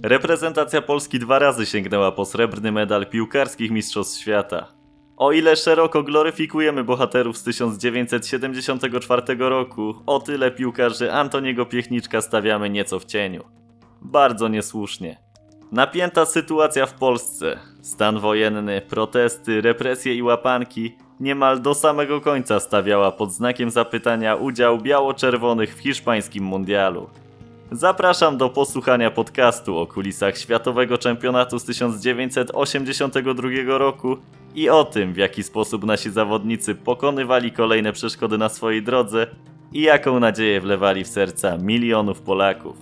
Reprezentacja Polski 2 razy sięgnęła po srebrny medal piłkarskich mistrzostw świata. O ile szeroko gloryfikujemy bohaterów z 1974 roku, o tyle piłkarzy Antoniego Piechniczka stawiamy nieco w cieniu. Bardzo niesłusznie. Napięta sytuacja w Polsce, stan wojenny, protesty, represje i łapanki niemal do samego końca stawiała pod znakiem zapytania udział biało-czerwonych w hiszpańskim mundialu. Zapraszam do posłuchania podcastu o kulisach światowego czempionatu z 1982 roku i o tym, w jaki sposób nasi zawodnicy pokonywali kolejne przeszkody na swojej drodze i jaką nadzieję wlewali w serca milionów Polaków.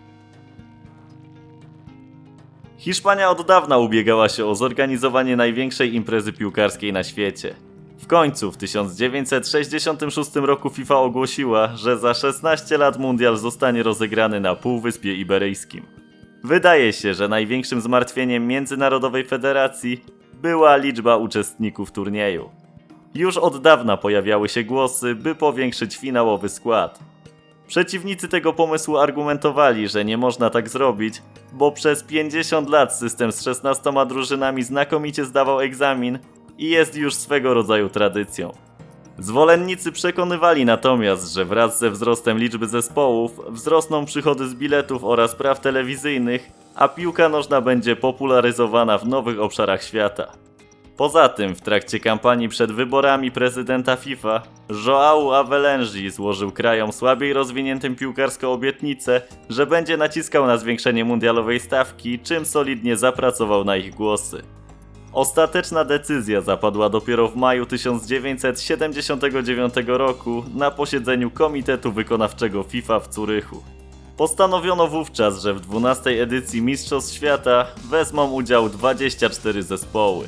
Hiszpania od dawna ubiegała się o zorganizowanie największej imprezy piłkarskiej na świecie. W końcu w 1966 roku FIFA ogłosiła, że za 16 lat mundial zostanie rozegrany na Półwyspie Iberyjskim. Wydaje się, że największym zmartwieniem Międzynarodowej Federacji była liczba uczestników turnieju. Już od dawna pojawiały się głosy, by powiększyć finałowy skład. Przeciwnicy tego pomysłu argumentowali, że nie można tak zrobić, bo przez 50 lat system z 16 drużynami znakomicie zdawał egzamin i jest już swego rodzaju tradycją. Zwolennicy przekonywali natomiast, że wraz ze wzrostem liczby zespołów wzrosną przychody z biletów oraz praw telewizyjnych, a piłka nożna będzie popularyzowana w nowych obszarach świata. Poza tym w trakcie kampanii przed wyborami prezydenta FIFA João Havelange złożył krajom słabiej rozwiniętym piłkarsko obietnicę, że będzie naciskał na zwiększenie mundialowej stawki, czym solidnie zapracował na ich głosy. Ostateczna decyzja zapadła dopiero w maju 1979 roku na posiedzeniu Komitetu Wykonawczego FIFA w Zurychu. Postanowiono wówczas, że w 12. edycji Mistrzostw Świata wezmą udział 24 zespoły.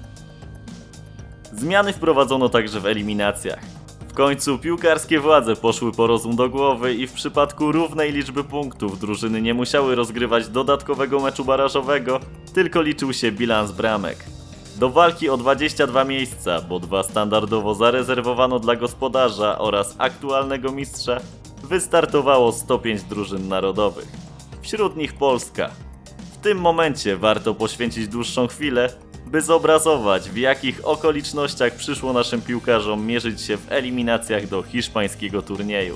Zmiany wprowadzono także w eliminacjach. W końcu piłkarskie władze poszły po rozum do głowy i w przypadku równej liczby punktów drużyny nie musiały rozgrywać dodatkowego meczu barażowego, tylko liczył się bilans bramek. Do walki o 22 miejsca, bo 2 standardowo zarezerwowano dla gospodarza oraz aktualnego mistrza, wystartowało 105 drużyn narodowych. Wśród nich Polska. W tym momencie warto poświęcić dłuższą chwilę, by zobrazować, w jakich okolicznościach przyszło naszym piłkarzom mierzyć się w eliminacjach do hiszpańskiego turnieju.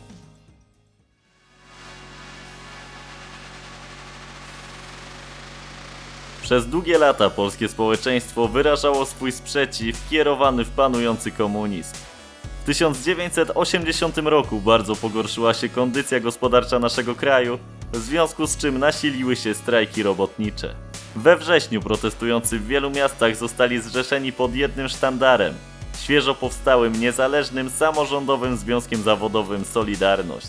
Przez długie lata polskie społeczeństwo wyrażało swój sprzeciw kierowany w panujący komunizm. W 1980 roku bardzo pogorszyła się kondycja gospodarcza naszego kraju, w związku z czym nasiliły się strajki robotnicze. We wrześniu protestujący w wielu miastach zostali zrzeszeni pod jednym sztandarem, świeżo powstałym niezależnym samorządowym związkiem zawodowym Solidarność.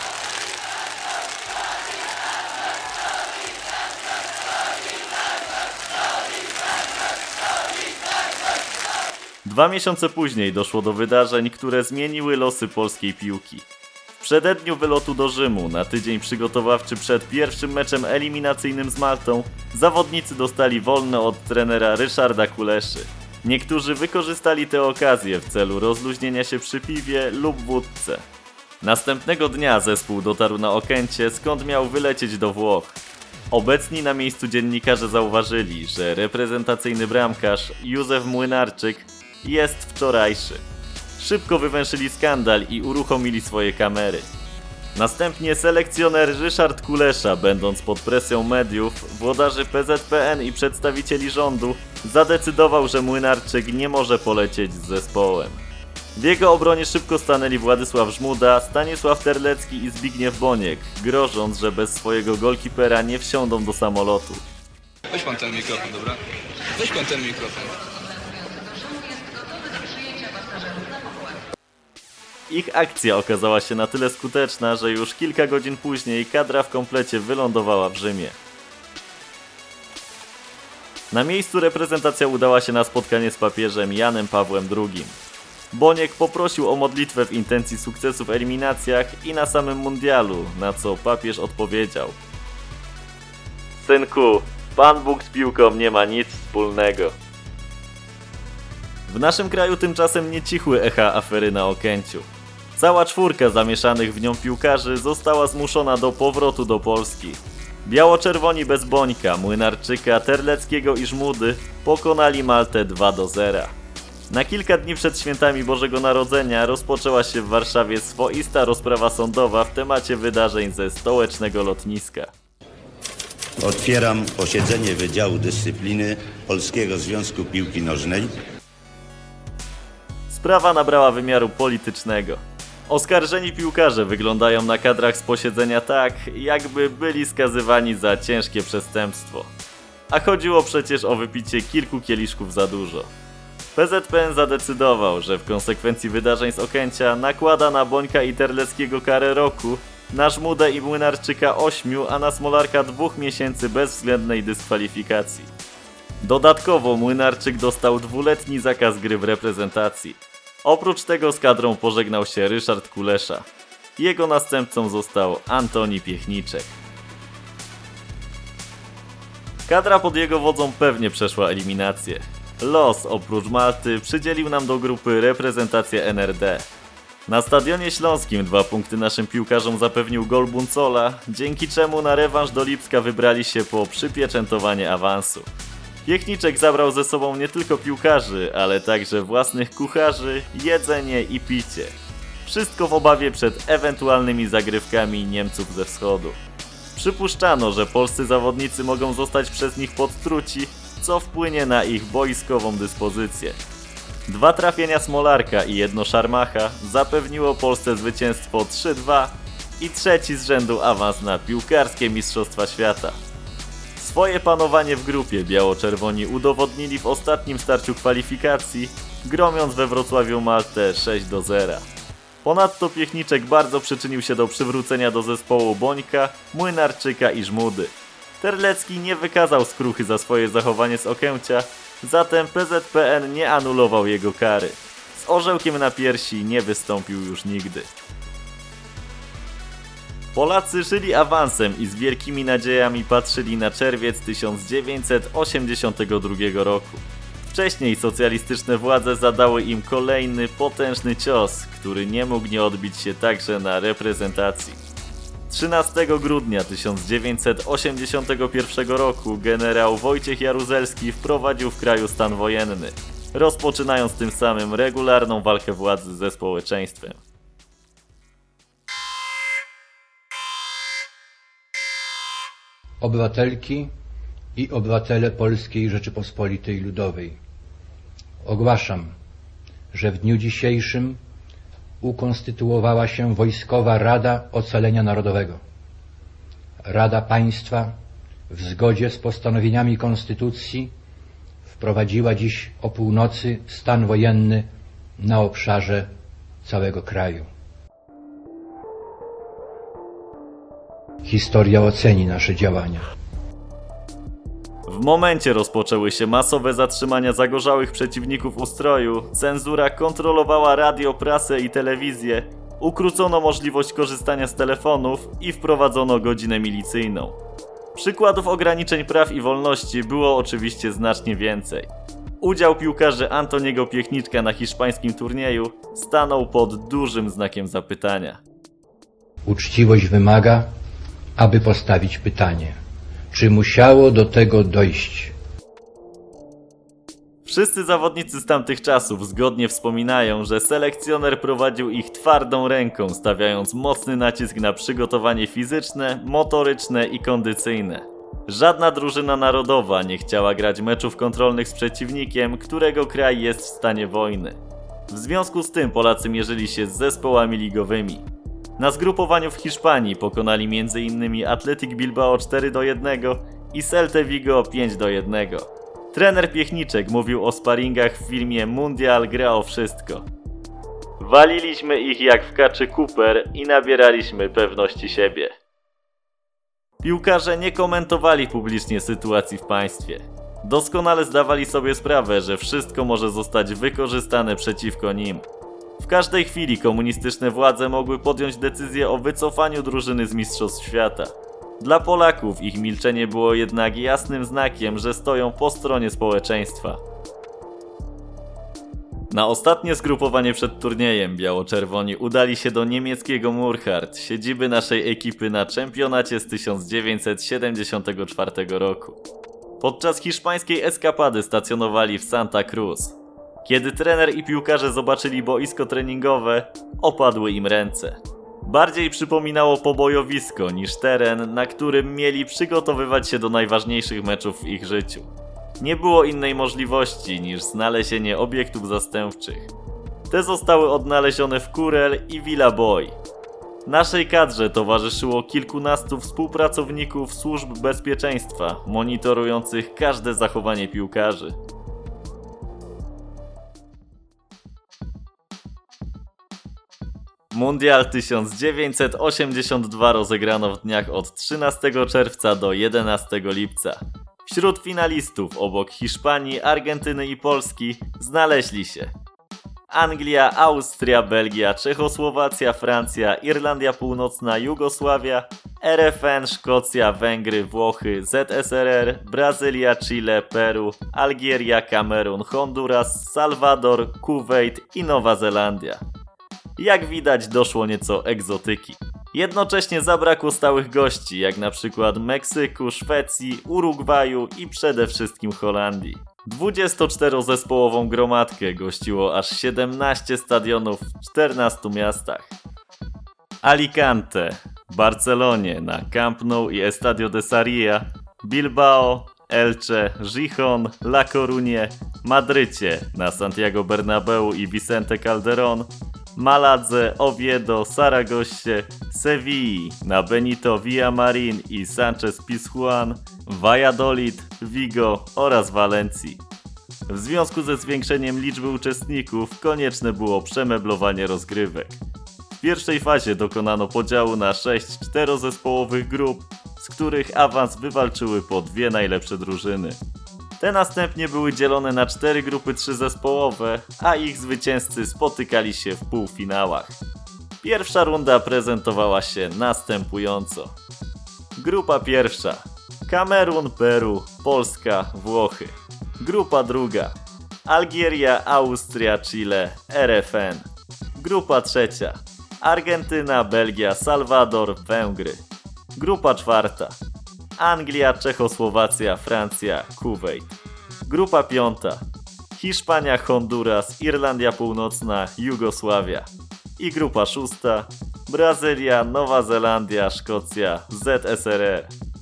Dwa miesiące później doszło do wydarzeń, które zmieniły losy polskiej piłki. W przededniu wylotu do Rzymu, na tydzień przygotowawczy przed pierwszym meczem eliminacyjnym z Maltą, zawodnicy dostali wolne od trenera Ryszarda Kuleszy. Niektórzy wykorzystali tę okazję w celu rozluźnienia się przy piwie lub wódce. Następnego dnia zespół dotarł na Okęcie, skąd miał wylecieć do Włoch. Obecni na miejscu dziennikarze zauważyli, że reprezentacyjny bramkarz Józef Młynarczyk jest wczorajszy. Szybko wywęszyli skandal i uruchomili swoje kamery. Następnie selekcjoner Ryszard Kulesza, będąc pod presją mediów, włodarzy PZPN i przedstawicieli rządu, zadecydował, że Młynarczyk nie może polecieć z zespołem. W jego obronie szybko stanęli Władysław Żmuda, Stanisław Terlecki i Zbigniew Boniek, grożąc, że bez swojego golkipera nie wsiądą do samolotu. Weź pan ten mikrofon, dobra? Weź pan ten mikrofon. Ich akcja okazała się na tyle skuteczna, że już kilka godzin później kadra w komplecie wylądowała w Rzymie. Na miejscu reprezentacja udała się na spotkanie z papieżem Janem Pawłem II. Boniek poprosił o modlitwę w intencji sukcesu w eliminacjach i na samym mundialu, na co papież odpowiedział: Synku, Pan Bóg z piłką nie ma nic wspólnego. W naszym kraju tymczasem nie cichły echa afery na Okęciu. Cała czwórka zamieszanych w nią piłkarzy została zmuszona do powrotu do Polski. Biało-czerwoni bez Bońka, Młynarczyka, Terleckiego i Żmudy pokonali Maltę 2-0. Na kilka dni przed świętami Bożego Narodzenia rozpoczęła się w Warszawie swoista rozprawa sądowa w temacie wydarzeń ze stołecznego lotniska. Otwieram posiedzenie Wydziału Dyscypliny Polskiego Związku Piłki Nożnej. Sprawa nabrała wymiaru politycznego. Oskarżeni piłkarze wyglądają na kadrach z posiedzenia tak, jakby byli skazywani za ciężkie przestępstwo. A chodziło przecież o wypicie kilku kieliszków za dużo. PZPN zadecydował, że w konsekwencji wydarzeń z Okęcia nakłada na Bońka i Terleckiego karę roku, na Żmudę i Młynarczyka 8, a na Smolarka 2 miesięcy bezwzględnej dyskwalifikacji. Dodatkowo Młynarczyk dostał 2-letni zakaz gry w reprezentacji. Oprócz tego z kadrą pożegnał się Ryszard Kulesza. Jego następcą został Antoni Piechniczek. Kadra pod jego wodzą pewnie przeszła eliminację. Los oprócz Malty przydzielił nam do grupy reprezentację NRD. Na Stadionie Śląskim 2 punkty naszym piłkarzom zapewnił gol Buncola, dzięki czemu na rewanż do Lipska wybrali się po przypieczętowanie awansu. Piechniczek zabrał ze sobą nie tylko piłkarzy, ale także własnych kucharzy, jedzenie i picie. Wszystko w obawie przed ewentualnymi zagrywkami Niemców ze wschodu. Przypuszczano, że polscy zawodnicy mogą zostać przez nich podtruci, co wpłynie na ich boiskową dyspozycję. 2 trafienia Smolarka i 1 Szarmacha zapewniło Polsce zwycięstwo 3-2 i 3. z rzędu awans na piłkarskie Mistrzostwa Świata. Swoje panowanie w grupie biało-czerwoni udowodnili w ostatnim starciu kwalifikacji, gromiąc we Wrocławiu Maltę 6-0. Ponadto Piechniczek bardzo przyczynił się do przywrócenia do zespołu Bońka, Młynarczyka i Żmudy. Terlecki nie wykazał skruchy za swoje zachowanie z Okęcia, zatem PZPN nie anulował jego kary. Z orzełkiem na piersi nie wystąpił już nigdy. Polacy żyli awansem i z wielkimi nadziejami patrzyli na czerwiec 1982 roku. Wcześniej socjalistyczne władze zadały im kolejny potężny cios, który nie mógł nie odbić się także na reprezentacji. 13 grudnia 1981 roku generał Wojciech Jaruzelski wprowadził w kraju stan wojenny, rozpoczynając tym samym regularną walkę władzy ze społeczeństwem. Obywatelki i obywatele Polskiej Rzeczypospolitej Ludowej. Ogłaszam, że w dniu dzisiejszym ukonstytuowała się Wojskowa Rada Ocalenia Narodowego. Rada Państwa w zgodzie z postanowieniami Konstytucji wprowadziła dziś o północy stan wojenny na obszarze całego kraju. Historia oceni nasze działania. W momencie rozpoczęły się masowe zatrzymania zagorzałych przeciwników ustroju, cenzura kontrolowała radio, prasę i telewizję, ukrócono możliwość korzystania z telefonów i wprowadzono godzinę milicyjną. Przykładów ograniczeń praw i wolności było oczywiście znacznie więcej. Udział piłkarzy Antoniego Piechniczka na hiszpańskim turnieju stanął pod dużym znakiem zapytania. Uczciwość wymaga, aby postawić pytanie, czy musiało do tego dojść? Wszyscy zawodnicy z tamtych czasów zgodnie wspominają, że selekcjoner prowadził ich twardą ręką, stawiając mocny nacisk na przygotowanie fizyczne, motoryczne i kondycyjne. Żadna drużyna narodowa nie chciała grać meczów kontrolnych z przeciwnikiem, którego kraj jest w stanie wojny. W związku z tym Polacy mierzyli się z zespołami ligowymi. Na zgrupowaniu w Hiszpanii pokonali m.in. Athletic Bilbao 4-1 i Celtę Vigo 5-1. Trener Piechniczek mówił o sparingach w filmie Mundial gra o wszystko. Waliliśmy ich jak w kaczy Cooper i nabieraliśmy pewności siebie. Piłkarze nie komentowali publicznie sytuacji w państwie. Doskonale zdawali sobie sprawę, że wszystko może zostać wykorzystane przeciwko nim. W każdej chwili komunistyczne władze mogły podjąć decyzję o wycofaniu drużyny z Mistrzostw Świata. Dla Polaków ich milczenie było jednak jasnym znakiem, że stoją po stronie społeczeństwa. Na ostatnie zgrupowanie przed turniejem biało-czerwoni udali się do niemieckiego Murchard, siedziby naszej ekipy na czempionacie z 1974 roku. Podczas hiszpańskiej eskapady stacjonowali w Santa Cruz. Kiedy trener i piłkarze zobaczyli boisko treningowe, opadły im ręce. Bardziej przypominało pobojowisko niż teren, na którym mieli przygotowywać się do najważniejszych meczów w ich życiu. Nie było innej możliwości niż znalezienie obiektów zastępczych. Te zostały odnalezione w Kurel i Villa Boy. Naszej kadrze towarzyszyło kilkunastu współpracowników służb bezpieczeństwa, monitorujących każde zachowanie piłkarzy. Mundial 1982 rozegrano w dniach od 13 czerwca do 11 lipca. Wśród finalistów obok Hiszpanii, Argentyny i Polski znaleźli się Anglia, Austria, Belgia, Czechosłowacja, Francja, Irlandia Północna, Jugosławia, RFN, Szkocja, Węgry, Włochy, ZSRR, Brazylia, Chile, Peru, Algieria, Kamerun, Honduras, Salwador, Kuwejt i Nowa Zelandia. Jak widać, doszło nieco egzotyki. Jednocześnie zabrakło stałych gości, jak na przykład Meksyku, Szwecji, Urugwaju i przede wszystkim Holandii. 24-zespołową gromadkę gościło aż 17 stadionów w 14 miastach. Alicante, Barcelonie na Camp Nou i Estadio de Sarria, Bilbao, Elche, Gijón, La Coruña, Madrycie na Santiago Bernabeu i Vicente Calderón, Maladze, Oviedo, Saragossie, Sewilli, na Benito Villamarín i Sánchez Pizjuán, Valladolid, Vigo oraz Walencji. W związku ze zwiększeniem liczby uczestników konieczne było przemeblowanie rozgrywek. W pierwszej fazie dokonano podziału na 6 czterozespołowych grup, z których awans wywalczyły po 2 najlepsze drużyny. Te następnie były dzielone na 4 grupy 3-zespołowe, a ich zwycięzcy spotykali się w półfinałach. Pierwsza runda prezentowała się następująco. Grupa pierwsza: Kamerun, Peru, Polska, Włochy. Grupa druga: Algieria, Austria, Chile, RFN. Grupa trzecia: Argentyna, Belgia, Salwador, Węgry. Grupa czwarta: Anglia, Czechosłowacja, Francja, Kuwejt. Grupa piąta: Hiszpania, Honduras, Irlandia Północna, Jugosławia. I grupa szósta: Brazylia, Nowa Zelandia, Szkocja, ZSRR.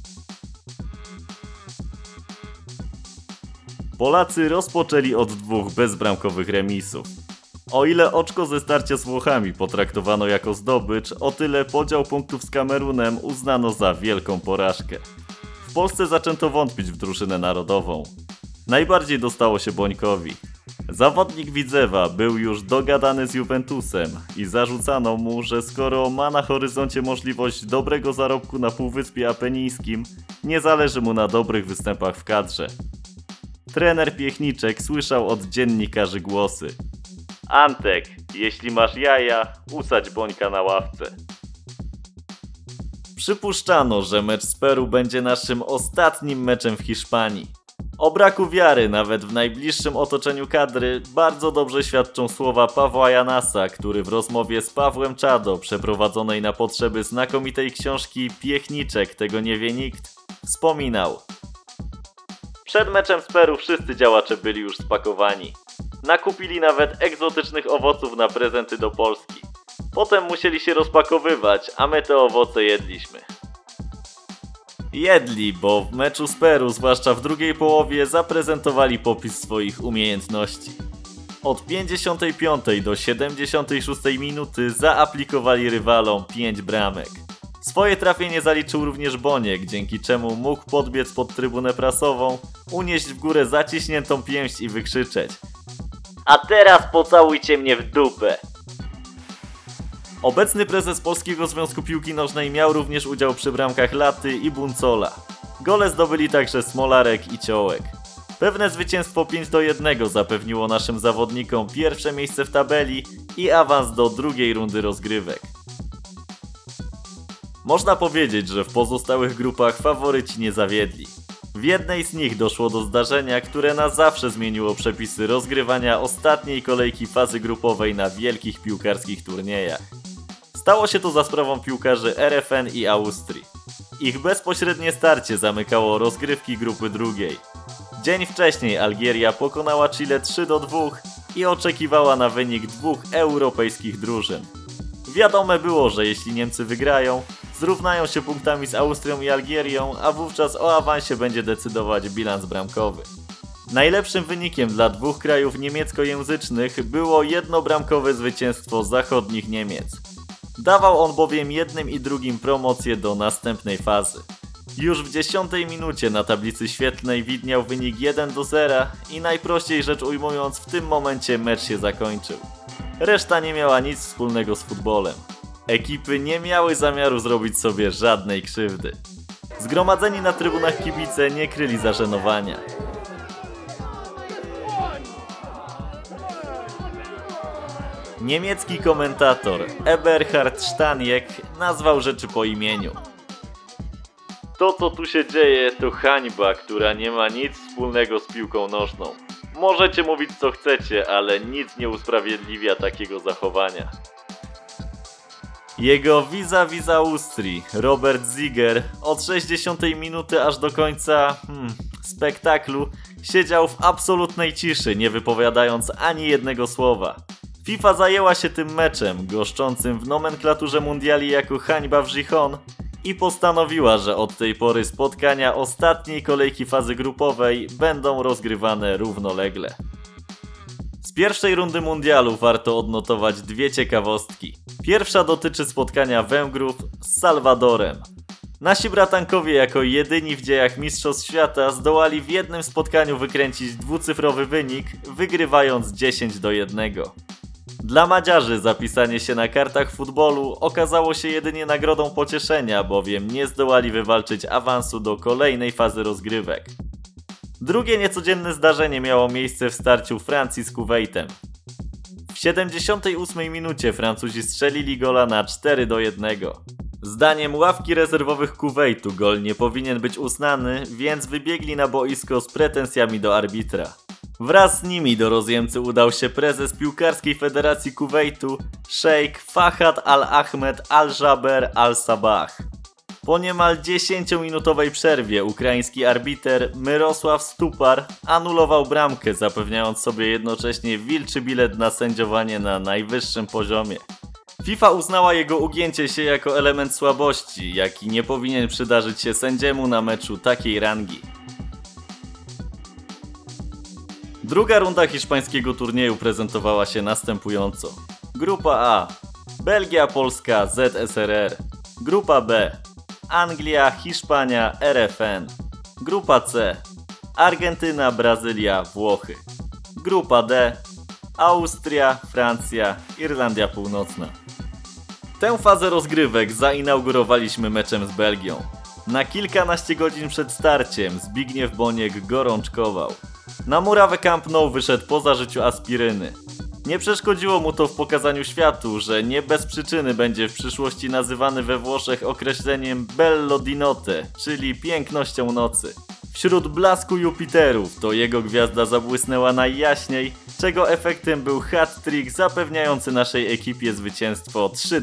Polacy rozpoczęli od 2 bezbramkowych remisów. O ile oczko ze starcia z Włochami potraktowano jako zdobycz, o tyle podział punktów z Kamerunem uznano za wielką porażkę. W Polsce zaczęto wątpić w drużynę narodową. Najbardziej dostało się Bońkowi. Zawodnik Widzewa był już dogadany z Juventusem i zarzucano mu, że skoro ma na horyzoncie możliwość dobrego zarobku na Półwyspie Apenińskim, nie zależy mu na dobrych występach w kadrze. Trener Piechniczek słyszał od dziennikarzy głosy: Antek, jeśli masz jaja, usadź Bońka na ławce. Przypuszczano, że mecz z Peru będzie naszym ostatnim meczem w Hiszpanii. O braku wiary nawet w najbliższym otoczeniu kadry bardzo dobrze świadczą słowa Pawła Janasa, który w rozmowie z Pawłem Czado, przeprowadzonej na potrzeby znakomitej książki Piechniczek, tego nie wie nikt, wspominał: Przed meczem z Peru wszyscy działacze byli już spakowani. Nakupili nawet egzotycznych owoców na prezenty do Polski. Potem musieli się rozpakowywać, a my te owoce jedliśmy. Jedli, bo w meczu z Peru, zwłaszcza w drugiej połowie, zaprezentowali popis swoich umiejętności. Od 55 do 76 minuty zaaplikowali rywalom 5 bramek. Swoje trafienie zaliczył również Boniek, dzięki czemu mógł podbiec pod trybunę prasową, unieść w górę zaciśniętą pięść i wykrzyczeć: A teraz pocałujcie mnie w dupę! Obecny prezes Polskiego Związku Piłki Nożnej miał również udział przy bramkach Laty i Buncola. Gole zdobyli także Smolarek i Ciołek. Pewne zwycięstwo 5-1 zapewniło naszym zawodnikom pierwsze miejsce w tabeli i awans do drugiej rundy rozgrywek. Można powiedzieć, że w pozostałych grupach faworyci nie zawiedli. W jednej z nich doszło do zdarzenia, które na zawsze zmieniło przepisy rozgrywania ostatniej kolejki fazy grupowej na wielkich piłkarskich turniejach. Stało się to za sprawą piłkarzy RFN i Austrii. Ich bezpośrednie starcie zamykało rozgrywki grupy drugiej. Dzień wcześniej Algieria pokonała Chile 3-2 i oczekiwała na wynik dwóch europejskich drużyn. Wiadome było, że jeśli Niemcy wygrają, zrównają się punktami z Austrią i Algierią, a wówczas o awansie będzie decydować bilans bramkowy. Najlepszym wynikiem dla dwóch krajów niemieckojęzycznych było jednobramkowe zwycięstwo zachodnich Niemiec. Dawał on bowiem jednym i drugim promocję do następnej fazy. Już w 10 minucie na tablicy świetlnej widniał wynik 1-0 i najprościej rzecz ujmując, w tym momencie mecz się zakończył. Reszta nie miała nic wspólnego z futbolem. Ekipy nie miały zamiaru zrobić sobie żadnej krzywdy. Zgromadzeni na trybunach kibice nie kryli zażenowania. Niemiecki komentator Eberhard Staniek nazwał rzeczy po imieniu. To, co tu się dzieje, to hańba, która nie ma nic wspólnego z piłką nożną. Możecie mówić co chcecie, ale nic nie usprawiedliwia takiego zachowania. Jego vis-a-vis Austrii, Robert Ziger, od 60 minuty aż do końca spektaklu siedział w absolutnej ciszy, nie wypowiadając ani jednego słowa. FIFA zajęła się tym meczem, goszczącym w nomenklaturze mundiali jako hańba w Gijón, i postanowiła, że od tej pory spotkania ostatniej kolejki fazy grupowej będą rozgrywane równolegle. Z pierwszej rundy mundialu warto odnotować dwie ciekawostki. Pierwsza dotyczy spotkania Węgrów z Salwadorem. Nasi bratankowie jako jedyni w dziejach Mistrzostw Świata zdołali w jednym spotkaniu wykręcić dwucyfrowy wynik, wygrywając 10-1. Dla Madziarzy zapisanie się na kartach futbolu okazało się jedynie nagrodą pocieszenia, bowiem nie zdołali wywalczyć awansu do kolejnej fazy rozgrywek. Drugie niecodzienne zdarzenie miało miejsce w starciu Francji z Kuwejtem. W 78 minucie Francuzi strzelili gola na 4-1. Zdaniem ławki rezerwowych Kuwejtu gol nie powinien być uznany, więc wybiegli na boisko z pretensjami do arbitra. Wraz z nimi do rozjemcy udał się prezes Piłkarskiej Federacji Kuwejtu, szejk Fahad Al-Ahmed Al-Jaber Al-Sabah. Po niemal 10-minutowej przerwie ukraiński arbiter Myrosław Stupar anulował bramkę, zapewniając sobie jednocześnie wilczy bilet na sędziowanie na najwyższym poziomie. FIFA uznała jego ugięcie się jako element słabości, jaki nie powinien przydarzyć się sędziemu na meczu takiej rangi. Druga runda hiszpańskiego turnieju prezentowała się następująco. Grupa A: Belgia, Polska, ZSRR. Grupa B: Anglia, Hiszpania, RFN. Grupa C: Argentyna, Brazylia, Włochy. Grupa D: Austria, Francja, Irlandia Północna. Tę fazę rozgrywek zainaugurowaliśmy meczem z Belgią. Na kilkanaście godzin przed starciem Zbigniew Boniek gorączkował. Na murawę Camp Nou wyszedł po zażyciu aspiryny. Nie przeszkodziło mu to w pokazaniu światu, że nie bez przyczyny będzie w przyszłości nazywany we Włoszech określeniem bello di notte, czyli pięknością nocy. Wśród blasku Jupiterów to jego gwiazda zabłysnęła najjaśniej, czego efektem był hat-trick zapewniający naszej ekipie zwycięstwo 3-0.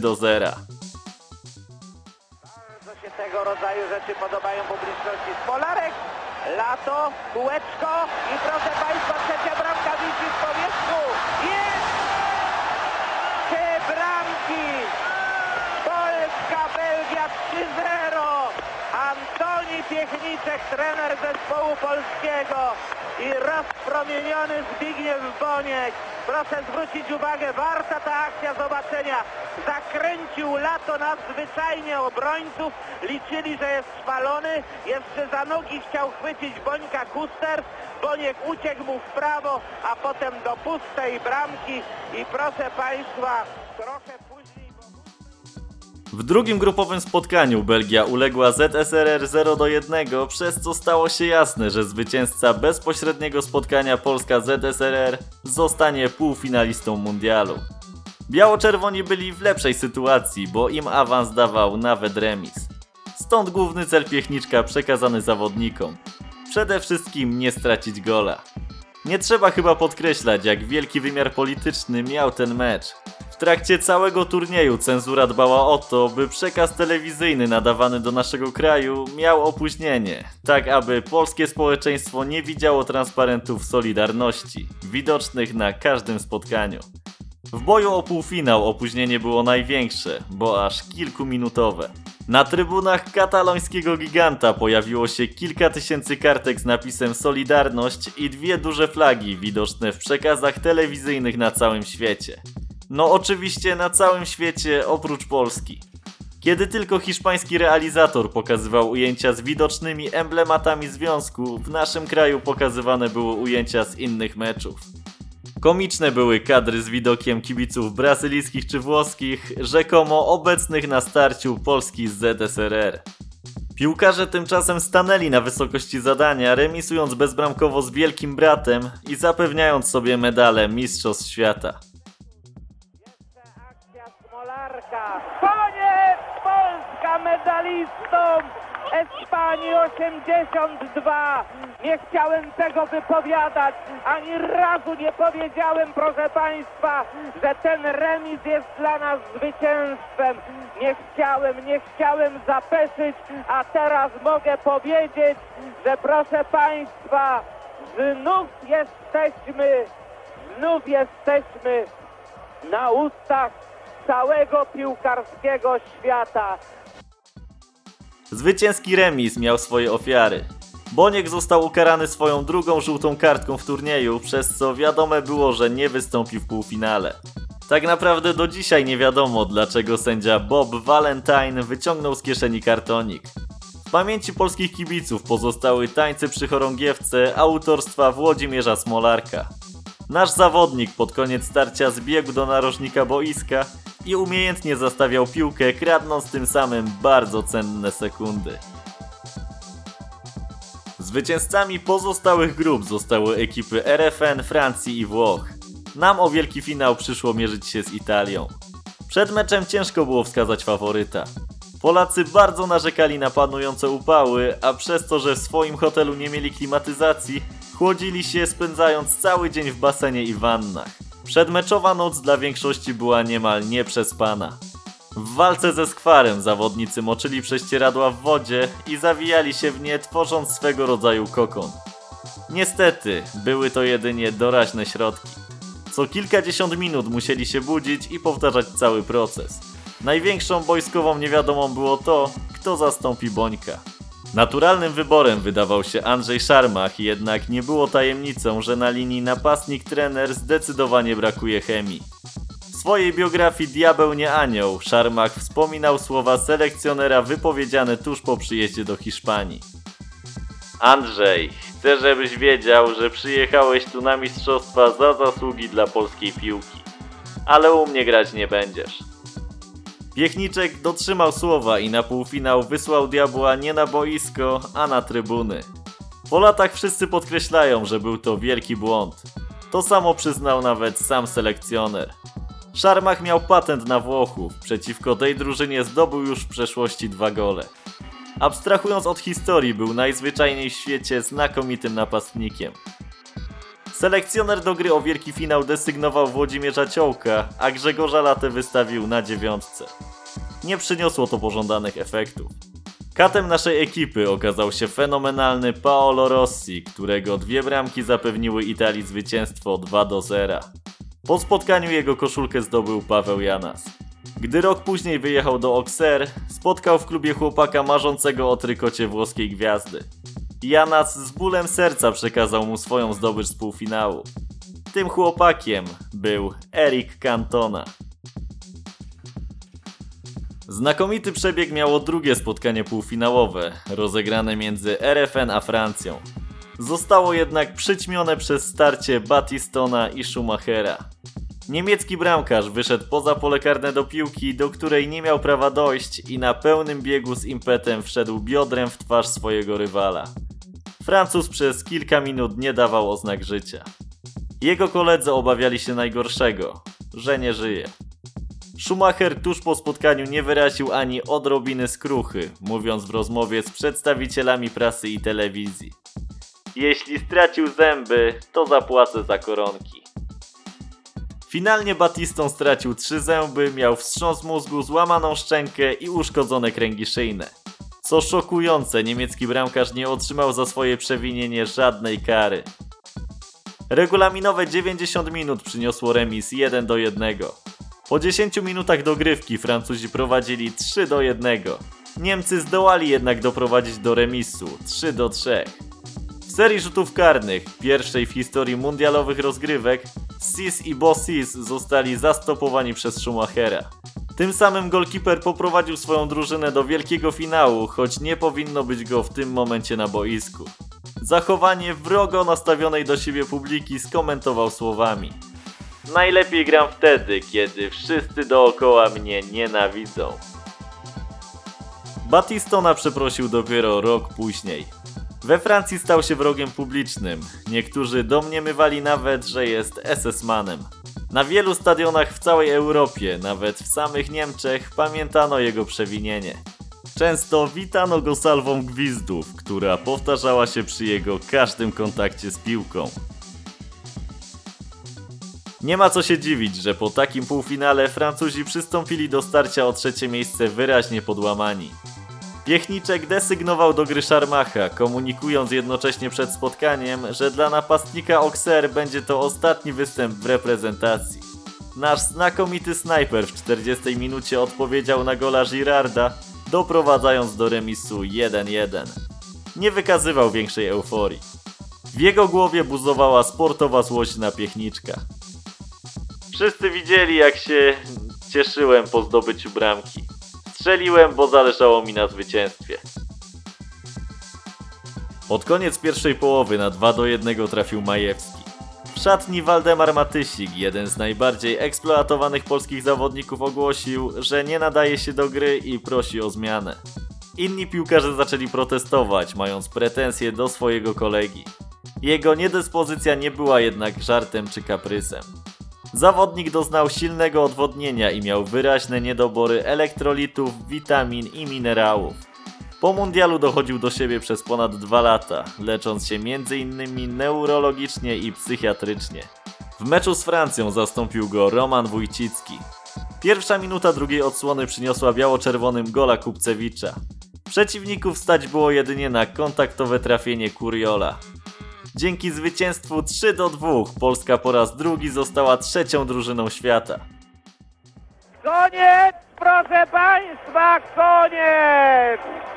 Bardzo się tego rodzaju rzeczy podobają publiczności. Smolarek, Lato, kółeczko i proszę Państwa, trzecia bramka wisi w powierzchu. Jest! 3 bramki! Polska, Belgia 3-0. Antoni Piechniczek, trener zespołu polskiego i rozpromieniony Zbigniew Boniek. Proszę zwrócić uwagę, warta ta akcja zobaczenia. Zakręcił Lato nadzwyczajnie obrońców, liczyli, że jest spalony. Jeszcze za nogi chciał chwycić Bońka Kuster. Boniek uciekł mu w prawo, a potem do pustej bramki. I proszę Państwa, trochę później... W drugim grupowym spotkaniu Belgia uległa ZSRR 0-1, przez co stało się jasne, że zwycięzca bezpośredniego spotkania Polska-ZSRR zostanie półfinalistą mundialu. Biało-czerwoni byli w lepszej sytuacji, bo im awans dawał nawet remis. Stąd główny cel Piechniczka przekazany zawodnikom. Przede wszystkim nie stracić gola. Nie trzeba chyba podkreślać, jak wielki wymiar polityczny miał ten mecz. W trakcie całego turnieju cenzura dbała o to, by przekaz telewizyjny nadawany do naszego kraju miał opóźnienie, tak aby polskie społeczeństwo nie widziało transparentów Solidarności, widocznych na każdym spotkaniu. W boju o półfinał opóźnienie było największe, bo aż kilkuminutowe. Na trybunach katalońskiego giganta pojawiło się kilka tysięcy kartek z napisem Solidarność i 2 duże flagi widoczne w przekazach telewizyjnych na całym świecie. No oczywiście na całym świecie oprócz Polski. Kiedy tylko hiszpański realizator pokazywał ujęcia z widocznymi emblematami związku, w naszym kraju pokazywane były ujęcia z innych meczów. Komiczne były kadry z widokiem kibiców brazylijskich czy włoskich, rzekomo obecnych na starciu Polski z ZSRR. Piłkarze tymczasem stanęli na wysokości zadania, remisując bezbramkowo z Wielkim Bratem i zapewniając sobie medale Mistrzostw Świata. Akcja Smolarka. Koniec! Polska medalistą Espanii 82. Nie chciałem tego wypowiadać. Ani razu nie powiedziałem, proszę Państwa, że ten remis jest dla nas zwycięstwem. Nie chciałem zapeszyć, a teraz mogę powiedzieć, że proszę Państwa, znów jesteśmy na ustach całego piłkarskiego świata. Zwycięski remis miał swoje ofiary. Boniek został ukarany swoją drugą żółtą kartką w turnieju, przez co wiadome było, że nie wystąpi w półfinale. Tak naprawdę do dzisiaj nie wiadomo, dlaczego sędzia Bob Valentine wyciągnął z kieszeni kartonik. W pamięci polskich kibiców pozostały tańce przy chorągiewce autorstwa Włodzimierza Smolarka. Nasz zawodnik pod koniec starcia zbiegł do narożnika boiska i umiejętnie zastawiał piłkę, kradnąc tym samym bardzo cenne sekundy. Zwycięzcami pozostałych grup zostały ekipy RFN, Francji i Włoch. Nam o wielki finał przyszło mierzyć się z Italią. Przed meczem ciężko było wskazać faworyta. Polacy bardzo narzekali na panujące upały, a przez to, że w swoim hotelu nie mieli klimatyzacji, chłodzili się, spędzając cały dzień w basenie i wannach. Przedmeczowa noc dla większości była niemal nieprzespana. W walce ze skwarem zawodnicy moczyli prześcieradła w wodzie i zawijali się w nie, tworząc swego rodzaju kokon. Niestety, były to jedynie doraźne środki. Co kilkadziesiąt minut musieli się budzić i powtarzać cały proces. Największą boiskową niewiadomą było to, kto zastąpi Bońka. Naturalnym wyborem wydawał się Andrzej Szarmach, jednak nie było tajemnicą, że na linii napastnik-trener zdecydowanie brakuje chemii. W swojej biografii Diabeł nie anioł Szarmach wspominał słowa selekcjonera wypowiedziane tuż po przyjeździe do Hiszpanii. Andrzej, chcę, żebyś wiedział, że przyjechałeś tu na mistrzostwa za zasługi dla polskiej piłki. Ale u mnie grać nie będziesz. Piechniczek dotrzymał słowa i na półfinał wysłał Diabła nie na boisko, a na trybuny. Po latach wszyscy podkreślają, że był to wielki błąd. To samo przyznał nawet sam selekcjoner. Szarmach miał patent na Włochów, przeciwko tej drużynie zdobył już w przeszłości 2 gole. Abstrahując od historii, był najzwyczajniej w świecie znakomitym napastnikiem. Selekcjoner do gry o wielki finał desygnował Włodzimierza Ciołka, a Grzegorza Latę wystawił na 9. Nie przyniosło to pożądanych efektów. Katem naszej ekipy okazał się fenomenalny Paolo Rossi, którego 2 bramki zapewniły Italii zwycięstwo 2-0. Po spotkaniu jego koszulkę zdobył Paweł Janas. Gdy rok później wyjechał do Auxerre, spotkał w klubie chłopaka marzącego o trykocie włoskiej gwiazdy. Janas z bólem serca przekazał mu swoją zdobycz z półfinału. Tym chłopakiem był Eric Cantona. Znakomity przebieg miało drugie spotkanie półfinałowe, rozegrane między RFN a Francją. Zostało jednak przyćmione przez starcie Batistona i Schumachera. Niemiecki bramkarz wyszedł poza pole karne do piłki, do której nie miał prawa dojść i na pełnym biegu z impetem wszedł biodrem w twarz swojego rywala. Francuz przez kilka minut nie dawał oznak życia. Jego koledzy obawiali się najgorszego, że nie żyje. Schumacher tuż po spotkaniu nie wyraził ani odrobiny skruchy, mówiąc w rozmowie z przedstawicielami prasy i telewizji. Jeśli stracił zęby, to zapłacę za koronki. Finalnie Batistą stracił 3 zęby, miał wstrząs mózgu, złamaną szczękę i uszkodzone kręgi szyjne. Co szokujące, niemiecki bramkarz nie otrzymał za swoje przewinienie żadnej kary. Regulaminowe 90 minut przyniosło remis 1-1. Po 10 minutach dogrywki Francuzi prowadzili 3-1. Niemcy zdołali jednak doprowadzić do remisu 3-3. W serii rzutów karnych, pierwszej w historii mundialowych rozgrywek, Sis i Bossis zostali zastopowani przez Schumachera. Tym samym golkiper poprowadził swoją drużynę do wielkiego finału, choć nie powinno być go w tym momencie na boisku. Zachowanie wrogo nastawionej do siebie publiki skomentował słowami: najlepiej gram wtedy, kiedy wszyscy dookoła mnie nienawidzą. Batistona przeprosił dopiero rok później. We Francji stał się wrogiem publicznym. Niektórzy domniemywali nawet, że jest SS-manem. Na wielu stadionach w całej Europie, nawet w samych Niemczech, pamiętano jego przewinienie. Często witano go salwą gwizdów, która powtarzała się przy jego każdym kontakcie z piłką. Nie ma co się dziwić, że po takim półfinale Francuzi przystąpili do starcia o 3. miejsce wyraźnie podłamani. Piechniczek desygnował do gry Sharmacha, komunikując jednocześnie przed spotkaniem, że dla napastnika Auxerre będzie to ostatni występ w reprezentacji. Nasz znakomity snajper w 40 minucie odpowiedział na gola Girarda, doprowadzając do remisu 1-1. Nie wykazywał większej euforii. W jego głowie buzowała sportowa złość na Piechniczka. Wszyscy widzieli, jak się cieszyłem po zdobyciu bramki. Strzeliłem, bo zależało mi na zwycięstwie. Pod koniec pierwszej połowy na 2-1 trafił Majewski. W szatni Waldemar Matysik, jeden z najbardziej eksploatowanych polskich zawodników, ogłosił, że nie nadaje się do gry i prosi o zmianę. Inni piłkarze zaczęli protestować, mając pretensje do swojego kolegi. Jego niedyspozycja nie była jednak żartem czy kaprysem. Zawodnik doznał silnego odwodnienia i miał wyraźne niedobory elektrolitów, witamin i minerałów. Po mundialu dochodził do siebie przez ponad 2 lata, lecząc się m.in. neurologicznie i psychiatrycznie. W meczu z Francją zastąpił go Roman Wójcicki. Pierwsza minuta drugiej odsłony przyniosła biało-czerwonym gola Kupcewicza. Przeciwników stać było jedynie na kontaktowe trafienie Kuriola. Dzięki zwycięstwu 3-2 Polska po raz drugi została 3. drużyną świata. Koniec, proszę Państwa, koniec!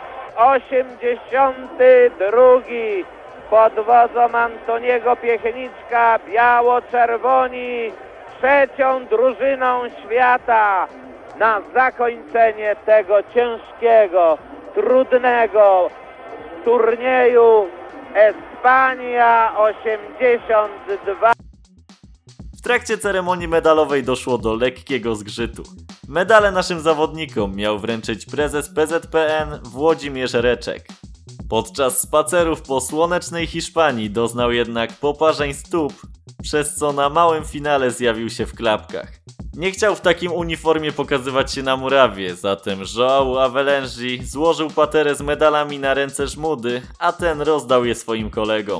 82. Pod wodzą Antoniego Piechniczka biało-czerwoni 3. drużyną świata. Na zakończenie tego ciężkiego, trudnego turnieju Espania 82. W trakcie ceremonii medalowej doszło do lekkiego zgrzytu. Medale naszym zawodnikom miał wręczyć prezes PZPN Włodzimierz Reczek. Podczas spacerów po słonecznej Hiszpanii doznał jednak poparzeń stóp, przez co na małym finale zjawił się w klapkach. Nie chciał w takim uniformie pokazywać się na murawie, zatem João Avelange złożył paterę z medalami na ręce Żmudy, a ten rozdał je swoim kolegom.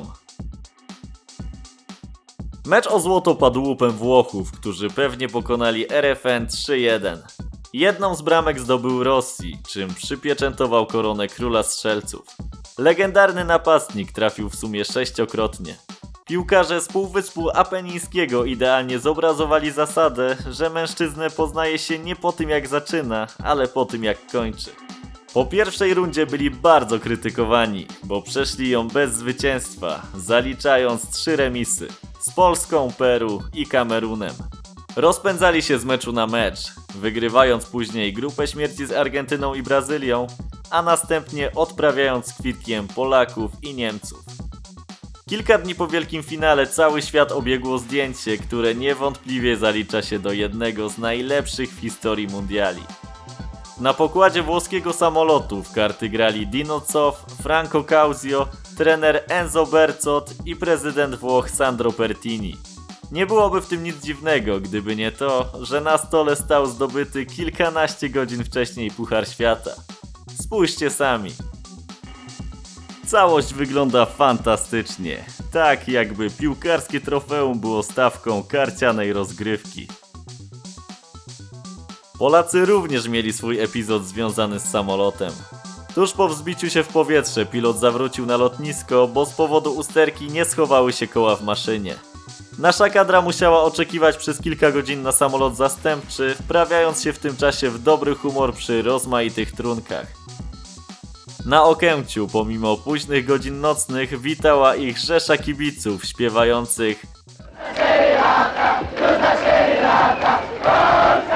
Mecz o złoto padł łupem Włochów, którzy pewnie pokonali RFN 3-1. Jedną z bramek zdobył Rossi, czym przypieczętował koronę króla strzelców. Legendarny napastnik trafił w sumie 6-krotnie. Piłkarze z Półwyspu Apenińskiego idealnie zobrazowali zasadę, że mężczyznę poznaje się nie po tym jak zaczyna, ale po tym jak kończy. Po pierwszej rundzie byli bardzo krytykowani, bo przeszli ją bez zwycięstwa, zaliczając 3 remisy z Polską, Peru i Kamerunem. Rozpędzali się z meczu na mecz, wygrywając później grupę śmierci z Argentyną i Brazylią, a następnie odprawiając z kwitkiem Polaków i Niemców. Kilka dni po wielkim finale cały świat obiegło zdjęcie, które niewątpliwie zalicza się do jednego z najlepszych w historii mundiali. Na pokładzie włoskiego samolotu w karty grali Dino Zoff, Franco Causio, trener Enzo Berzot i prezydent Włoch Sandro Pertini. Nie byłoby w tym nic dziwnego, gdyby nie to, że na stole stał zdobyty kilkanaście godzin wcześniej Puchar Świata. Spójrzcie sami. Całość wygląda fantastycznie, tak jakby piłkarskie trofeum było stawką karcianej rozgrywki. Polacy również mieli swój epizod związany z samolotem. Tuż po wzbiciu się w powietrze pilot zawrócił na lotnisko, bo z powodu usterki nie schowały się koła w maszynie. Nasza kadra musiała oczekiwać przez kilka godzin na samolot zastępczy, wprawiając się w tym czasie w dobry humor przy rozmaitych trunkach. Na Okęciu, pomimo późnych godzin nocnych, witała ich rzesza kibiców śpiewających